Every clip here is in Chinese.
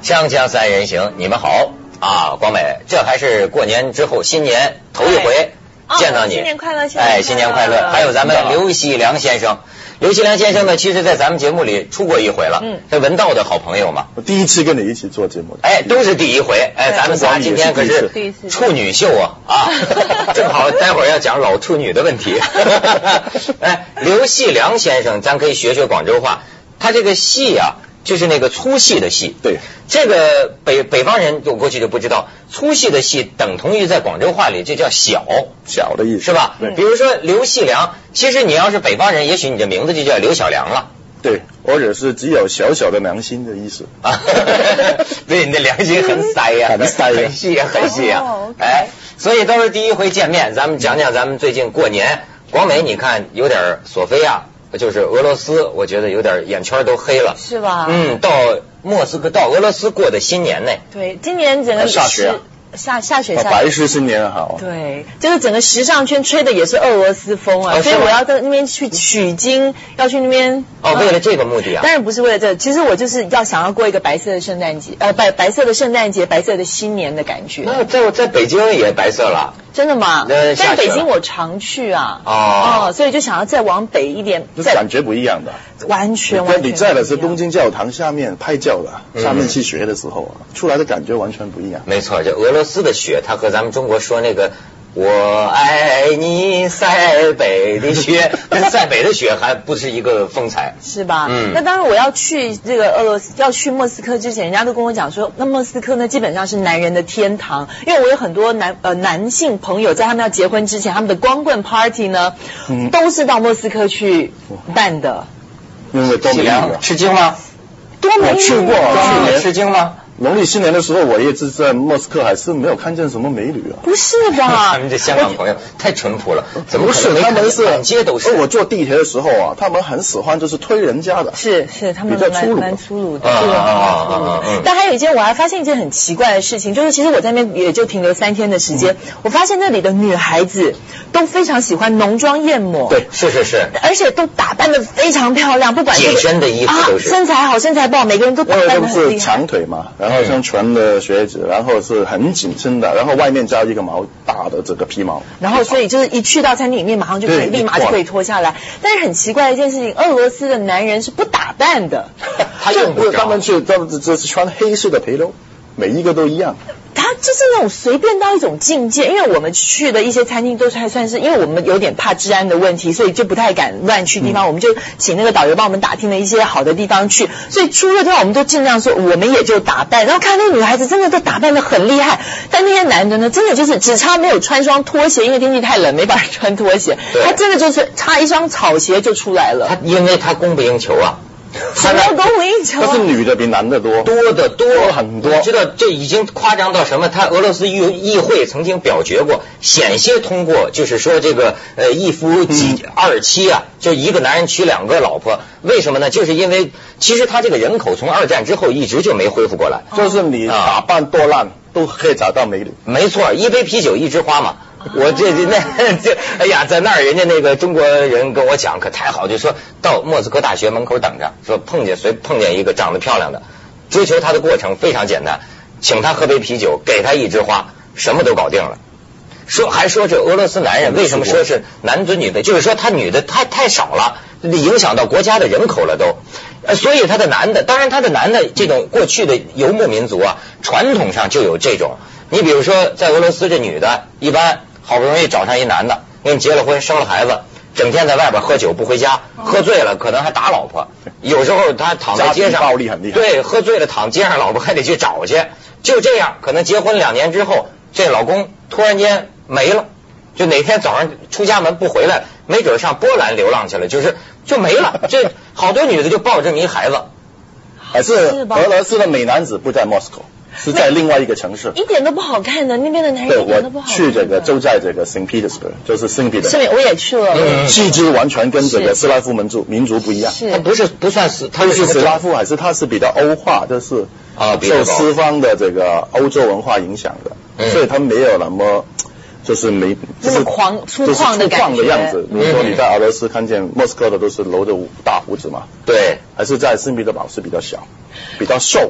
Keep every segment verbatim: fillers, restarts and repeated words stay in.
锵锵三人行，你们好啊，光美，这还是过年之后新年头一回见到你， 哦、新年快乐， 哎，新年快乐！还有咱们刘细良先生，刘细良先生呢，其实在咱们节目里出过一回了，嗯，这文道的好朋友嘛， 我第一次跟你一起做节目， 哎，都是第一回，哎，咱们仨今天可是处女秀啊啊，正好待会儿要讲老处女的问题。哎，刘细良先生，咱可以学学广州话，他这个细啊。就是那个粗细的细， 对， 这个北北方人我过去就不知道，粗细的细等同于在广州话里这叫小小的意思， 是吧？对，比如说刘细良，其实你要是北方人，也许你的名字就叫刘小良了。 对，或者是只有小小的良心的意思啊。 对，你的良心很塞呀、啊， 很塞、啊， 很细呀、啊，很细呀、啊。Oh, okay. 哎，所以都是第一回见面，咱们讲讲咱们最近过年。广美，你看有点索菲亚。就是俄罗斯，我觉得有点眼圈都黑了， 是吧？ 嗯，到莫斯科，到俄罗斯过的新年呢？ 对，今年整个下雪、啊， 下下雪下。 白是新年好。 对，就是整个时尚圈吹的也是俄罗斯风啊，哦、所以我要在那边去取经，要去那边。 哦，为了这个目的啊？ 当然不是为了这个，其实我就是要想要过一个白色的圣诞节，呃，白白色的圣诞节，白色的新年的感觉。 那在在北京也白色了。 真的吗？但北京我常去啊，哦，哦，所以就想要再往北一点， 就是感觉不一样的， 完全完全。 你在的是东京教堂下面拍照的，嗯、下面去学的时候啊，出来的感觉完全不一样。 没错，这俄罗斯的雪，它和咱们中国说那个我爱你塞北的雪，跟塞北的雪还不是一个风采， 是吧？嗯。那当然，我要去这个俄罗斯，要去莫斯科之前，人家都跟我讲说，那莫斯科呢基本上是男人的天堂，因为我有很多男呃男性朋友在他们要结婚之前，他们的光棍 party 呢，嗯、都是到莫斯科去办的。 因为多美丽， 吃惊吗？ 多美丽！ 我去过，去年吃惊吗？ 农历新年的时候，我也是在莫斯科，还是没有看见什么美女啊？ 不是吧？ 他们这香港朋友太淳朴了，怎么不是？他们是满街都是。 我坐地铁的时候啊，他们很喜欢就是推人家的， 是是，他们比较粗鲁， 蛮粗鲁的，对啊。但还有一件，我还发现一件很奇怪的事情，就是其实我在那边也就停留三天的时间，我发现那里的女孩子都非常喜欢浓妆艳抹， 对，是是是， 而且都打扮得非常漂亮，不管紧身的衣服都是， 身材好，身材不好，每个人都打扮得很厉害。 是长腿嘛，然后像全的。靴子，然后是很紧身的，然后外面加一个毛大的这个皮毛， 然后所以就是一去到餐厅里面，马上就可以立马就可以脱下来。但是很奇怪的一件事情，俄罗斯的男人是不打扮的， 他用不着， 他们去，他们这是穿黑色的皮褛，每一个都一样。 他就是那种随便到一种境界，因为我们去的一些餐厅都是还算是，因为我们有点怕治安的问题，所以就不太敢乱去地方，嗯、我们就请那个导游帮我们打听了一些好的地方去，所以出了之后我们都尽量说我们也就打扮，然后看那个女孩子真的都打扮得很厉害，但那些男的呢，真的就是只差没有穿双拖鞋，因为天气太冷没法穿拖鞋，他真的就是差一双草鞋就出来了。 他因为他供不应求啊。 什么供不应求？ 但是女的比男的多， 多的多很多。 你知道这已经夸张到什么？他俄罗斯议议会曾经表决过，险些通过，就是说这个呃一夫几、嗯、二妻啊，就一个男人娶两个老婆。为什么呢？就是因为其实他这个人口从二战之后一直就没恢复过来， 就是你打扮多烂、啊、都可以找到美女。 没错，一杯啤酒一枝花嘛。我这这那这哎呀，在那儿人家那个中国人跟我讲可太好，就说到莫斯科大学门口等着，说碰见随碰见一个长得漂亮的，追求她的过程非常简单，请她喝杯啤酒，给她一枝花，什么都搞定了。说还说这俄罗斯男人为什么说是男尊女卑，就是说他女的太太少了，影响到国家的人口了都。呃，所以他的男的，当然他的男的这种过去的游牧民族啊，传统上就有这种。你比如说在俄罗斯这女的，一般好不容易找上一男的，跟你结了婚生了孩子，整天在外边喝酒不回家，喝醉了可能还打老婆，有时候他躺在街上， 暴力很厉害， 对，喝醉了躺街上，老婆还得去找去，就这样，可能结婚两年之后，这老公突然间没了，就哪天早上出家门不回来，没准上波兰流浪去了，就是就没了。这好多女的就抱着这么一孩子。 还是俄罗斯的美男子不在莫斯科，是在另外一个城市， 一点都不好看的，那边的男人一点都不好看。 对，我去这个就在这个圣彼得斯堡，就是圣彼得， 是我也去了， 嗯，气质完全跟这个斯拉夫民族民族不一样。 他不是不算是，他是斯拉夫，还是他是比较欧化，就是啊， 受西方的这个欧洲文化影响的，嗯、所以他没有那么就是没那么狂粗犷的感觉。 的样子。比如说你在俄罗斯看见莫斯科的都是留着大胡子嘛， 对， 还是在圣彼得堡是比较小，比较瘦。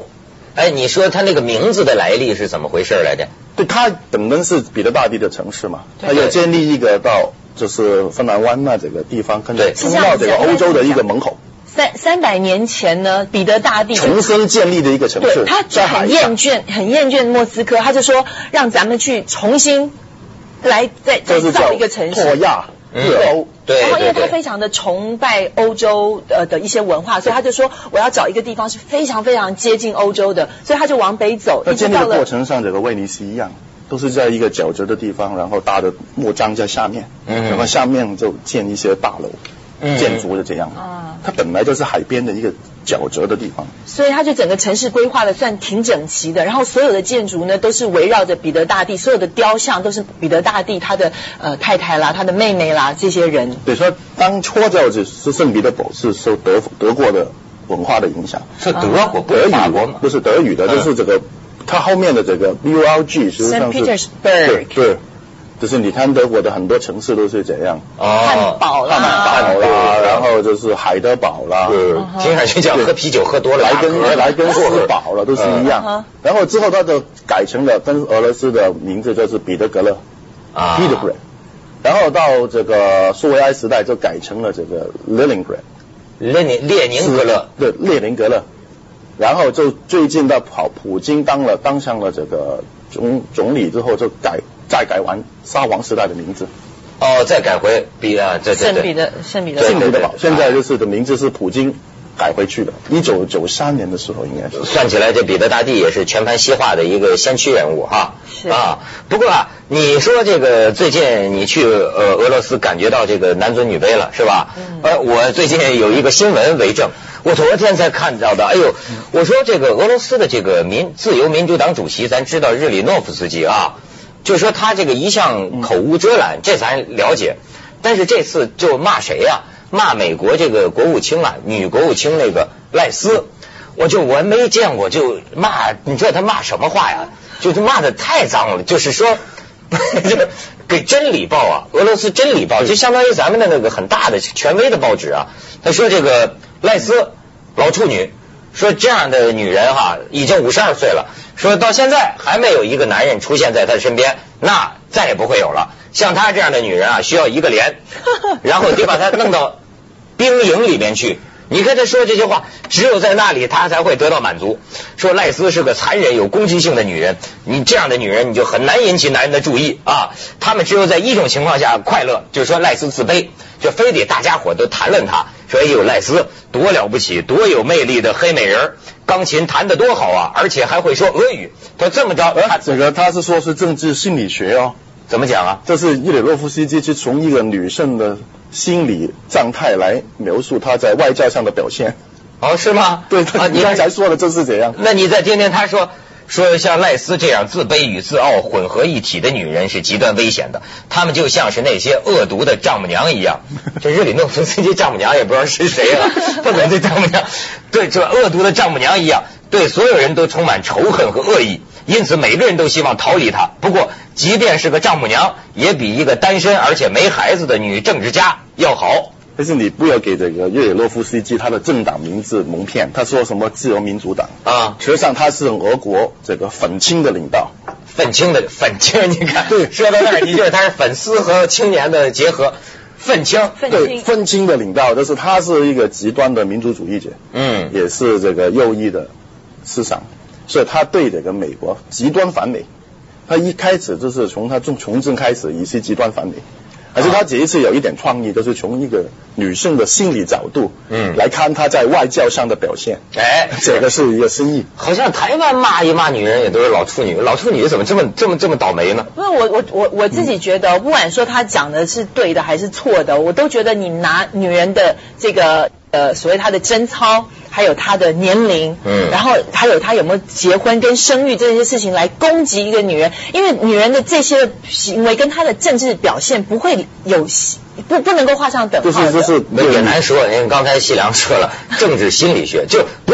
哎，你说他那个名字的来历是怎么回事来着？ 对，他本身是彼得大帝的城市嘛，他要建立一个到就是芬兰湾那这个地方，跟对通到这个欧洲的一个门口。 三三百年前呢，彼得大帝重新建立的一个城市， 对，他很厌倦，很厌倦莫斯科，他就说让咱们去重新来再再造一个城市。 拓亚。日欧， 对， 然后因为他非常的崇拜欧洲呃的一些文化，所以他就说我要找一个地方是非常非常接近欧洲的，所以他就往北走。 那建立的过程上，这个威尼斯一样，都是在一个角折的地方，然后搭的木桩在下面，嗯，然后下面就建一些大楼。建筑的这样，啊，它本来就是海边的一个角折的地方， 所以它就整个城市规划的算挺整齐的。然后所有的建筑呢，都是围绕着彼得大帝，所有的雕像都是彼得大帝他的呃太太啦、他的妹妹啦这些人。 对，说当初就是是圣彼得堡是受德德国的文化的影响， 是德国不是法国吗？ 不是德语的，嗯、就是这个它后面的这个 B U L G 实际上是 Saint Petersburg， 对。就是你看德国的很多城市都是这样， 汉堡啦， 汉堡啦，然后就是海德堡啦， 对，听上去叫喝啤酒喝多了， 莱根莱根斯堡了，都是一样。然后之后它就改成了跟俄罗斯的名字就是彼得格勒啊 ，Petergrad。然后到这个苏维埃时代就改成了这个 Leningrad， 列宁列宁格勒， 对，列宁格勒。然后就最近的跑普京当了当上了这个总总理之后就改。再改完沙皇时代的名字， 哦，再改回彼啊，对对对， 圣彼得圣彼得圣彼得堡，现在就是的名字是普京改回去的，一九九三年的时候应该是。 算起来，这彼得大帝也是全盘西化的一个先驱人物哈。 是啊，不过啊，你说这个最近你去呃俄罗斯感觉到这个男尊女卑了是吧？嗯。呃，我最近有一个新闻为证。我昨天才看到的，哎呦，我说这个俄罗斯的这个民自由民主党主席，咱知道日里诺夫斯基啊。就说他这个一向口无遮拦，这咱了解，但是这次就骂谁呀、啊？骂美国这个国务卿啊，女国务卿那个赖斯，我就我没见过就骂，你知道他骂什么话呀？就是骂的太脏了，就是说给真理报啊，俄罗斯真理报就相当于咱们的那个很大的权威的报纸啊，他说这个赖斯老处女。说这样的女人哈，已经五十二岁了，说到现在还没有一个男人出现在她身边，那再也不会有了。像她这样的女人啊，需要一个连，然后得把她弄到兵营里面去。你看她说这些话，只有在那里她才会得到满足。说赖斯是个残忍有攻击性的女人，你这样的女人你就很难引起男人的注意啊。他们只有在一种情况下快乐，就是说赖斯自卑，就非得大家伙都谈论她。说哎呦，赖斯多了不起，多有魅力的黑美人，钢琴弹得多好啊，而且还会说俄语。他这么着，他这个他是说是政治心理学哦， 怎么讲啊？ 这是伊里洛夫斯基是从一个女性的心理状态来描述她在外交上的表现。 哦，是吗？ 对，啊、你刚才说的就是这样。 那你再听听他说。说像赖斯这样自卑与自傲混合一体的女人是极端危险的，她们就像是那些恶毒的丈母娘一样。这日里诺夫斯基丈母娘也不知道是谁啊，不管这丈母娘，对，这恶毒的丈母娘一样，对所有人都充满仇恨和恶意，因此每个人都希望逃离她。不过，即便是个丈母娘，也比一个单身而且没孩子的女政治家要好。 但是你不要给这个叶尔洛夫斯基他的政党名字蒙骗，他说什么自由民主党啊，实际上他是俄国这个粉青的领导， 粉青的粉青，你看，对，说到那儿，你就是他是粉丝和青年的结合，愤青， 对，愤青的领导，就是他是一个极端的民族主义者，嗯，也是这个右翼的思想，所以他对这个美国极端反美，他一开始就是从他从从政开始也是极端反美。而且他这一次有一点创意，就是从一个女性的心理角度，嗯，来看他在外交上的表现。哎，这个是一个新意。 好像台湾骂一骂女人也都是老处女，老处女怎么这么这么这么倒霉呢？ 不是我我我我自己觉得，不管说他讲的是对的还是错的，我都觉得你拿女人的这个呃所谓她的贞操，还有她的年龄，嗯，然后还有她有没有结婚跟生育这些事情来攻击一个女人，因为女人的这些行为跟她的政治表现不会有不不能够画上等号的。 就是就是也难说，因为刚才细良说了，政治心理学就不是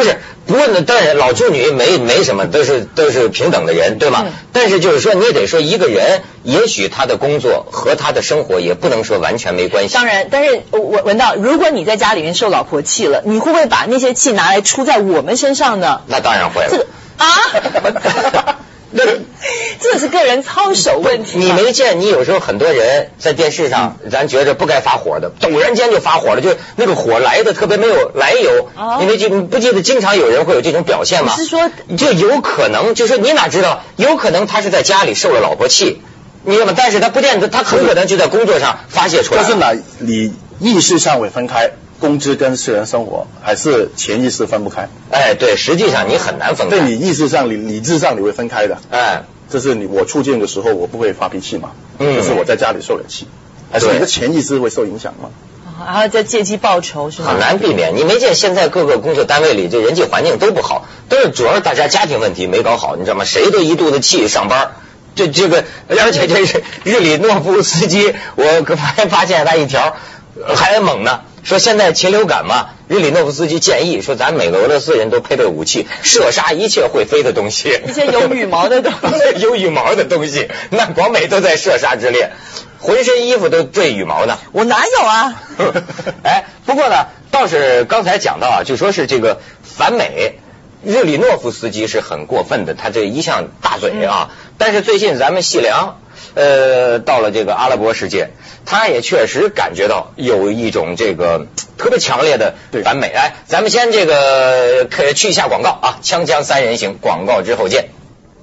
不过呢，当然老处女没没什么，都是都是平等的人，对吗？嗯、但是就是说，你也得说一个人，也许他的工作和他的生活也不能说完全没关系。 当然，但是我闻到，如果你在家里面受老婆气了，你会不会把那些气拿来出在我们身上呢？ 那当然会了。 这个啊。那这个是个人操守问题。 你没见你有时候很多人在电视上，嗯、咱觉着不该发火的，陡然间就发火了，就那个火来的特别没有来由。哦、你没记不记得经常有人会有这种表现吗？ 你是说就有可能，就是你哪知道？有可能他是在家里受了老婆气，你知道吗？但是他不见得，他很可能就在工作上发泄出来。 但是呢，你意识上会分开。工资跟私人生活还是潜意识分不开。 哎，对，实际上你很难分开。 对，你意识上、理理智上你会分开的。 哎， 这是你我出境的时候我不会发脾气嘛？嗯，就是我在家里受了气，还是你的潜意识会受影响吗？ 然后再借机报仇是吗？ 很难避免。你没见现在各个工作单位里这人际环境都不好，都是主要是大家家庭问题没搞好，你知道吗？谁都一肚子气上班。这这个，而且这是日里诺夫斯基，我还发现他一条还猛呢。说现在禽流感嘛，日里诺夫斯基建议说，咱每个俄罗斯人都配备武器，射杀一切会飞的东西， 一些有羽毛的东西， 有羽毛的东西。那广美都在射杀之列，浑身衣服都缀羽毛呢。 我哪有啊？ 哎，不过呢，倒是刚才讲到啊，就说是这个反美，日里诺夫斯基是很过分的，他这一向大嘴啊。嗯、但是最近咱们细粮，呃，到了这个阿拉伯世界。他也确实感觉到有一种这个特别强烈的反美。哎，咱们先这个可去一下广告啊，锵锵三人行，广告之后见。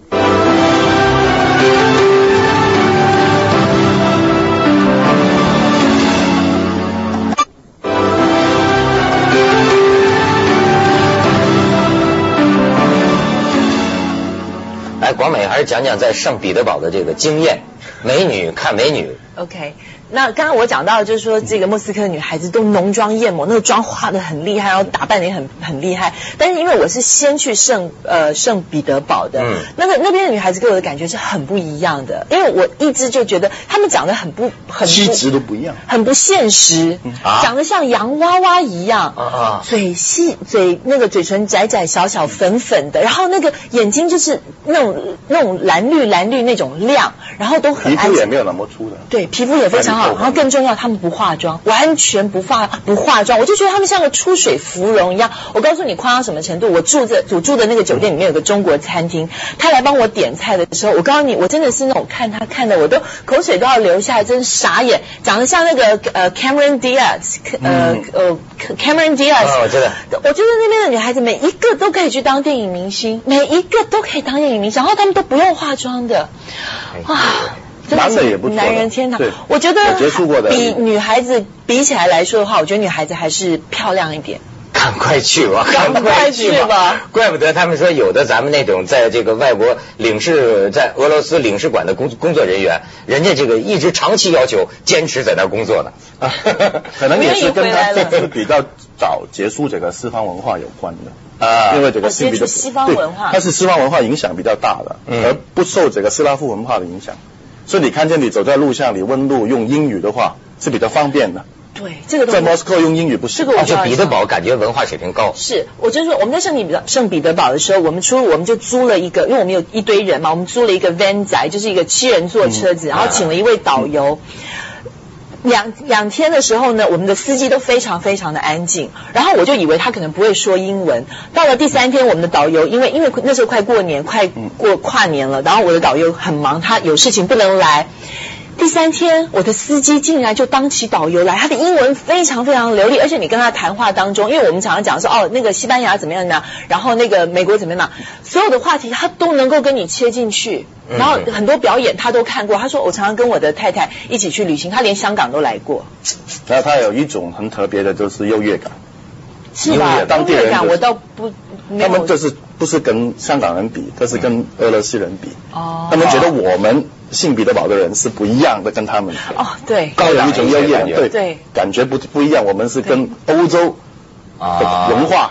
来，广美还是讲讲在圣彼得堡的这个经验，美女看美女。 OK。那刚刚我讲到就是说这个莫斯科女孩子都浓妆艳抹，那个妆化得很厉害，然后打扮得也很很厉害。但是因为我是先去圣呃圣彼得堡的，嗯，那个那边的女孩子给我的感觉是很不一样的，因为我一直就觉得她们长得很不很气质都不一样， 很不现实，嗯啊、长得像洋娃娃一样，啊啊，嘴细嘴那个嘴唇窄窄小小粉粉的，然后那个眼睛就是那种那种蓝绿蓝绿那种亮，然后都很皮肤也没有那么粗的， 对，皮肤也非常好。然后更重要，他们不化妆，完全不化不化妆，我就觉得他们像个出水芙蓉一样。我告诉你夸张什么程度，我住在我住的那个酒店里面有个中国餐厅，他来帮我点菜的时候，我告诉你，我真的是那种看他看的我都口水都要流下来，真是傻眼，长得像那个呃 Cameron Diaz， 呃呃 Cameron Diaz，、 哦、我知道， 我觉得那边的女孩子每一个都可以去当电影明星，每一个都可以当电影明星，然后他们都不用化妆的，啊。 男的也不错， 男人天堂。我觉得比女孩子比起来来说的话，我觉得女孩子还是漂亮一点。 赶快去吧， 赶快去吧！ 怪不得他们说有的咱们那种在这个外国领事，在俄罗斯领事馆的工工作人员，人家这个一直长期要求坚持在那儿工作呢。 可能也是跟他这次比较早结束这个西方文化有关的。啊，因为这个接触西方文化， 它是西方文化影响比较大的，嗯、而不受这个斯拉夫文化的影响。所以你看见你走在路上，你问路用英语的话是比较方便的。 对，这个在莫斯科用英语不是。 这个我就彼得堡感觉文化水平高。 是，我就说我们在圣彼得圣彼得堡的时候，我们出我们就租了一个，因为我们有一堆人嘛，我们租了一个 van 仔，就是一个七人座车子，嗯、然后请了一位导游。嗯两两天的时候呢，我们的司机都非常非常的安静，然后我就以为他可能不会说英文。到了第三天，我们的导游因为因为那时候快过年，快过跨年了，然后我的导游很忙，他有事情不能来。第三天，我的司机竟然就当起导游来，他的英文非常非常流利，而且你跟他谈话当中，因为我们常常讲说哦，那个西班牙怎么样呢，然后那个美国怎么样呢，所有的话题他都能够跟你切进去，然后很多表演他都看过。他说我常常跟我的太太一起去旅行，他连香港都来过。 然后他有一种很特别的，就是优越感。 是吧？ 当地人、就是、 我倒不， 他们就是不是跟香港人比，这是跟俄罗斯人比。哦，他们觉得我们圣彼得堡的人是不一样的，跟他们。 哦，对， 高有一种优越感，对对， 感觉不不一样。我们是跟欧洲的文化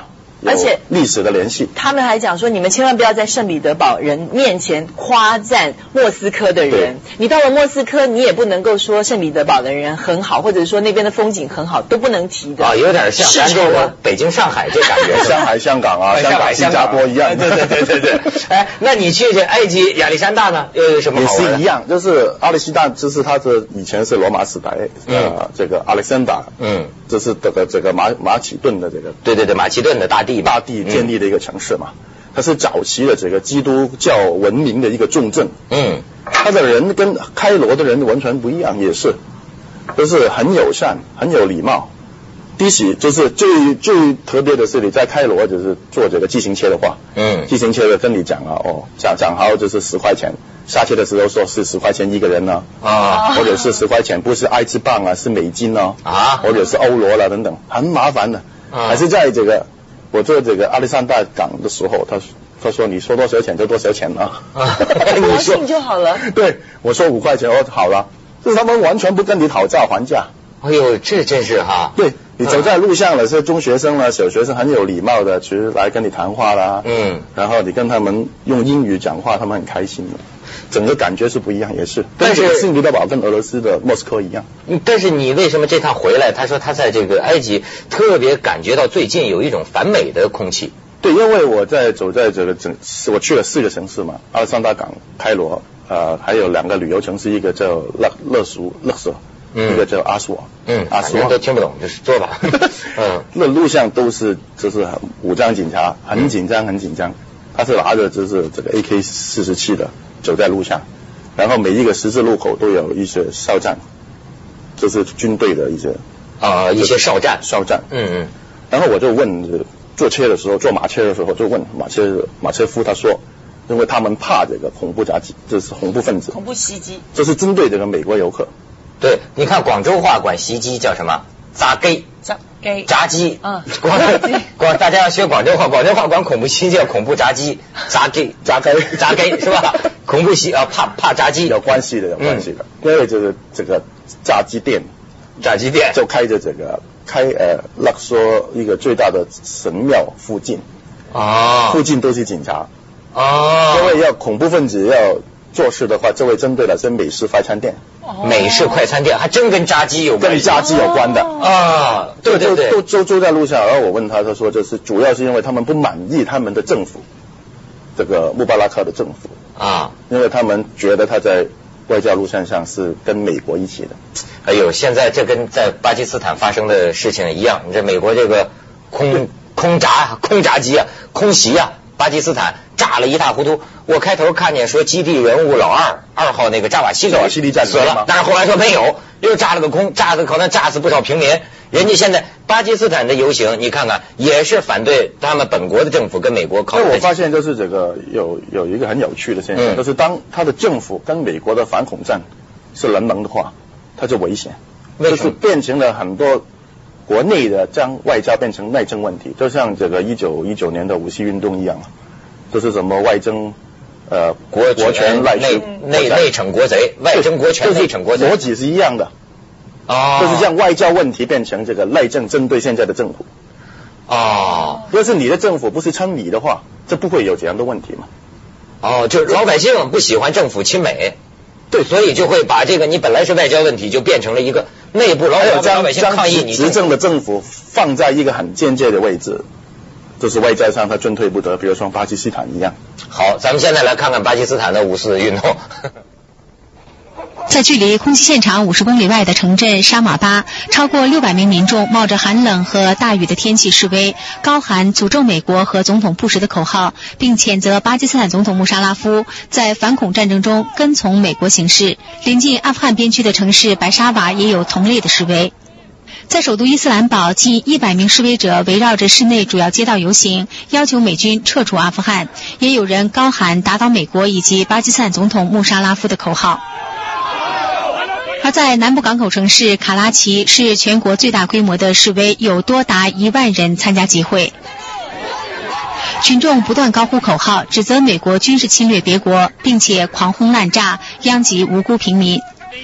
而且历史的联系。 他们还讲说，你们千万不要在圣彼得堡人面前夸赞莫斯科的人。你到了莫斯科，你也不能够说圣彼得堡的人很好，或者说那边的风景很好，都不能提的。 啊，有点像咱这个北京、上海这感觉， 上海、香港啊，香港、新加坡一样。 对对对对对。哎，那你去这埃及亚历山大呢，又有什么好玩的？ 也是一样，就是亚历山大，就是它的以前是罗马时代，呃，这个亚历山大，嗯，这是这个这个马马其顿的这个， 对对对，马其顿的大地大地建立的一个城市嘛，它是早期的这个基督教文明的一个重镇，嗯，它的人跟开罗的人完全不一样，也是，都是很友善、很有礼貌。第一就是最最特别的是你在开罗就是坐这个自行车的话，嗯，自行车的跟你讲啊，哦，讲讲好就是十块钱，下车的时候说是十块钱一个人呢，啊，或者是十块钱不是埃兹镑啊，是美金呢，啊，或者是欧罗了等等，很麻烦的，啊，还是在这个我做这个亚历山大港的时候，他他说你说多少钱就多少钱啊， 啊你说就好了， 对，我说五块钱，哦好了，就是他们完全不跟你讨价还价。 哎呦，这真是哈！ 对，你走在路上了，是中学生啦、小学生很有礼貌的，其实来跟你谈话啦，嗯，然后你跟他们用英语讲话，他们很开心的，整个感觉是不一样，也是。但是圣彼得堡跟俄罗斯的莫斯科一样。 但是你为什么这趟回来？他说他在这个埃及特别感觉到最近有一种反美的空气。 对，因为我在走在这个整，我去了四个城市嘛，亚历山大港、开罗，呃，还有两个旅游城市，一个叫勒勒苏勒索。一个叫阿斯瓦，嗯， 阿斯瓦都听不懂，就是说吧， 嗯，那路上都是就是武装警察，很紧张很紧张，他是拿着就是这个 A K 四十七的走在路上，然后每一个十字路口都有一些哨站，就是军队的一些啊、呃、一些哨站哨站， 嗯嗯， 然后我就问坐车的时候坐马车的时候就问马车马车夫，他说因为他们怕这个恐怖袭击，就是恐怖分子恐怖袭击， 这是针对这个美国游客。 对，你看广州话管袭击叫什么？炸鸡， 炸鸡， 炸鸡。 嗯， 广广大家要学广州话，广州话管恐怖袭击叫恐怖炸鸡，炸鸡，炸鸡，炸鸡是吧？恐怖袭啊，怕怕炸鸡有关系的，有关系的，因为这个这个炸鸡店， 炸鸡店就开着这个开呃勒索一个最大的神庙附近，啊，附近都是警察，啊，因为要恐怖分子要做事的话，就会针对的是美式快餐店。 美式快餐店还真跟炸鸡有关， 跟炸鸡有关的啊！对对对， 都都都在路上。然后我问他，他说这是主要是因为他们不满意他们的政府，这个穆巴拉克的政府啊，因为他们觉得他在外交路线上是跟美国一起的。 哎呦，现在这跟在巴基斯坦发生的事情一样，你这美国这个空空炸空炸机啊，空袭啊，巴基斯坦炸了一塌糊涂。我开头看见说基地人物老二二号那个扎瓦西里死了，但是后来说没有，又炸了个空，炸的可能炸死不少平民。人家现在巴基斯坦的游行，你看看也是反对他们本国的政府跟美国靠。 那我发现就是这个有有一个很有趣的现象，嗯、就是当他的政府跟美国的反恐战是联盟的话，它就危险，就是变成了很多国内的将外交变成内政问题，就像这个一九一九年的五四运动一样，就是什么外争。呃， 国国权内内内惩国贼，外争国权，内惩国贼， 逻辑是一样的。哦，就是将外交问题变成这个内政针对现在的政府。哦，要是你的政府不是亲你的话，这不会有这样的问题嘛。 哦，就是老百姓不喜欢政府亲美，对，所以就会把这个你本来是外交问题，就变成了一个内部老老百姓抗议你执政的政府放在一个很间接的位置。就是外交上他进退不得，比如说巴基斯坦一样。 好，咱们现在来看看巴基斯坦的五四运动。 在距离空袭现场五十公里外的城镇沙马巴，超过六百名民众冒着寒冷和大雨的天气示威，高喊诅咒美国和总统布什的口号，并谴责巴基斯坦总统穆沙拉夫在反恐战争中跟从美国行事。临近阿富汗边区的城市白沙瓦也有同类的示威。在首都伊斯兰堡，近一百名示威者围绕着市内主要街道游行，要求美军撤出阿富汗，也有人高喊打倒美国以及巴基斯坦总统穆沙拉夫的口号。而在南部港口城市卡拉奇，是全国最大规模的示威，有多达一万人参加集会。群众不断高呼口号，指责美国军事侵略别国，并且狂轰滥炸，殃及无辜平民。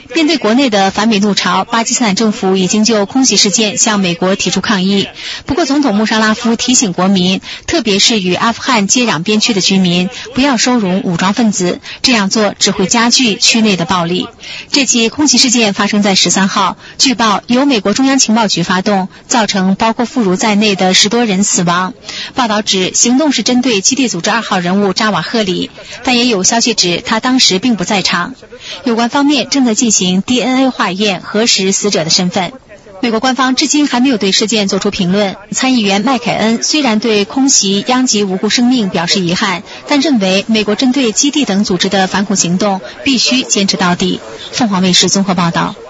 面对国内的反美怒潮，巴基斯坦政府已经就空袭事件向美国提出抗议。不过总统穆沙拉夫提醒国民，特别是与阿富汗接壤边区的居民，不要收容武装分子，这样做只会加剧区内的暴力。这起空袭事件发生在十三号，据报由美国中央情报局发动，造成包括妇孺在内的十多人死亡。报道指行动是针对基地组织二号人物扎瓦赫里，但也有消息指他当时并不在场。有关方面正在进行 D N A 化验，核实死者的身份。美国官方至今还没有对事件做出评论。参议员麦凯恩虽然对空袭殃及无辜生命表示遗憾，但认为美国针对基地等组织的反恐行动必须坚持到底。凤凰卫视综合报道。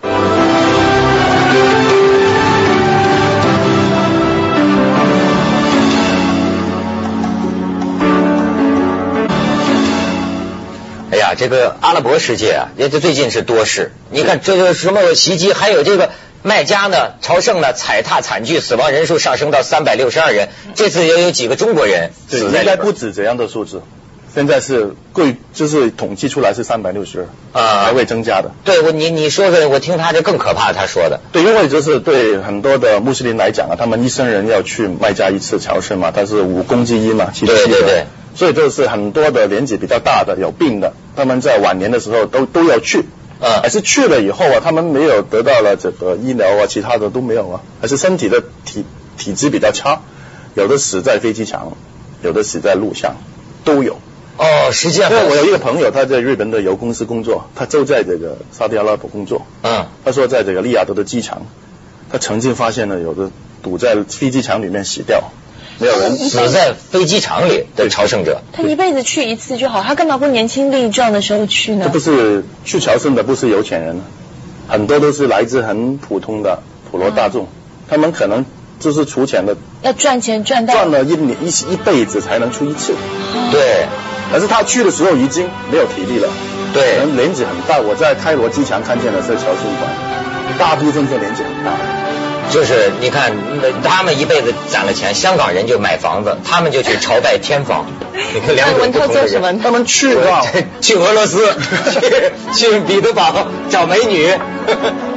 哎呀，这个阿拉伯世界啊，也这最近是多事。你看，这个什么袭击，还有这个麦加呢、朝圣呢踩踏惨剧，死亡人数上升到三百六十二人。这次也有几个中国人死在里边。 应该不止这样的数字，现在是贵，就是统计出来是三百六十二啊，还会增加的。 对，我你你说说，我听他这更可怕，他说的。 对，因为就是对很多的穆斯林来讲啊，他们一生人要去麦加一次朝圣嘛，他是五功之一嘛，其实对对对。 所以就是很多的年纪比较大的有病的，他们在晚年的时候都都要去， 嗯， 还是去了以后啊，他们没有得到了这个医疗啊，其他的都没有啊，还是身体的体体质比较差，有的死在飞机场，有的死在路上，都有。 哦，实际上， 因为我有一个朋友，他在日本的油公司工作，他就在这个沙特阿拉伯工作， 嗯， 他说在这个利雅得的机场，他曾经发现了有的堵在飞机场里面死掉。没有人死在飞机场里的朝圣者， 他一辈子去一次就好，他干嘛不年轻力壮的时候去呢？ 这不是去朝圣的，不是有钱人，很多都是来自很普通的普罗大众，嗯、他们可能就是出钱的， 要赚钱赚到赚了一年一一辈子才能出一次， 哦、 对，而是他去的时候已经没有体力了， 对， 可能年纪很大。我在开罗机场看见的是朝圣团，大部分是年纪很大的。 就是你看，他们一辈子攒了钱，香港人就买房子，他们就去朝拜天房。你看两种不同的人， 他们去去俄罗斯，去去彼得堡找美女。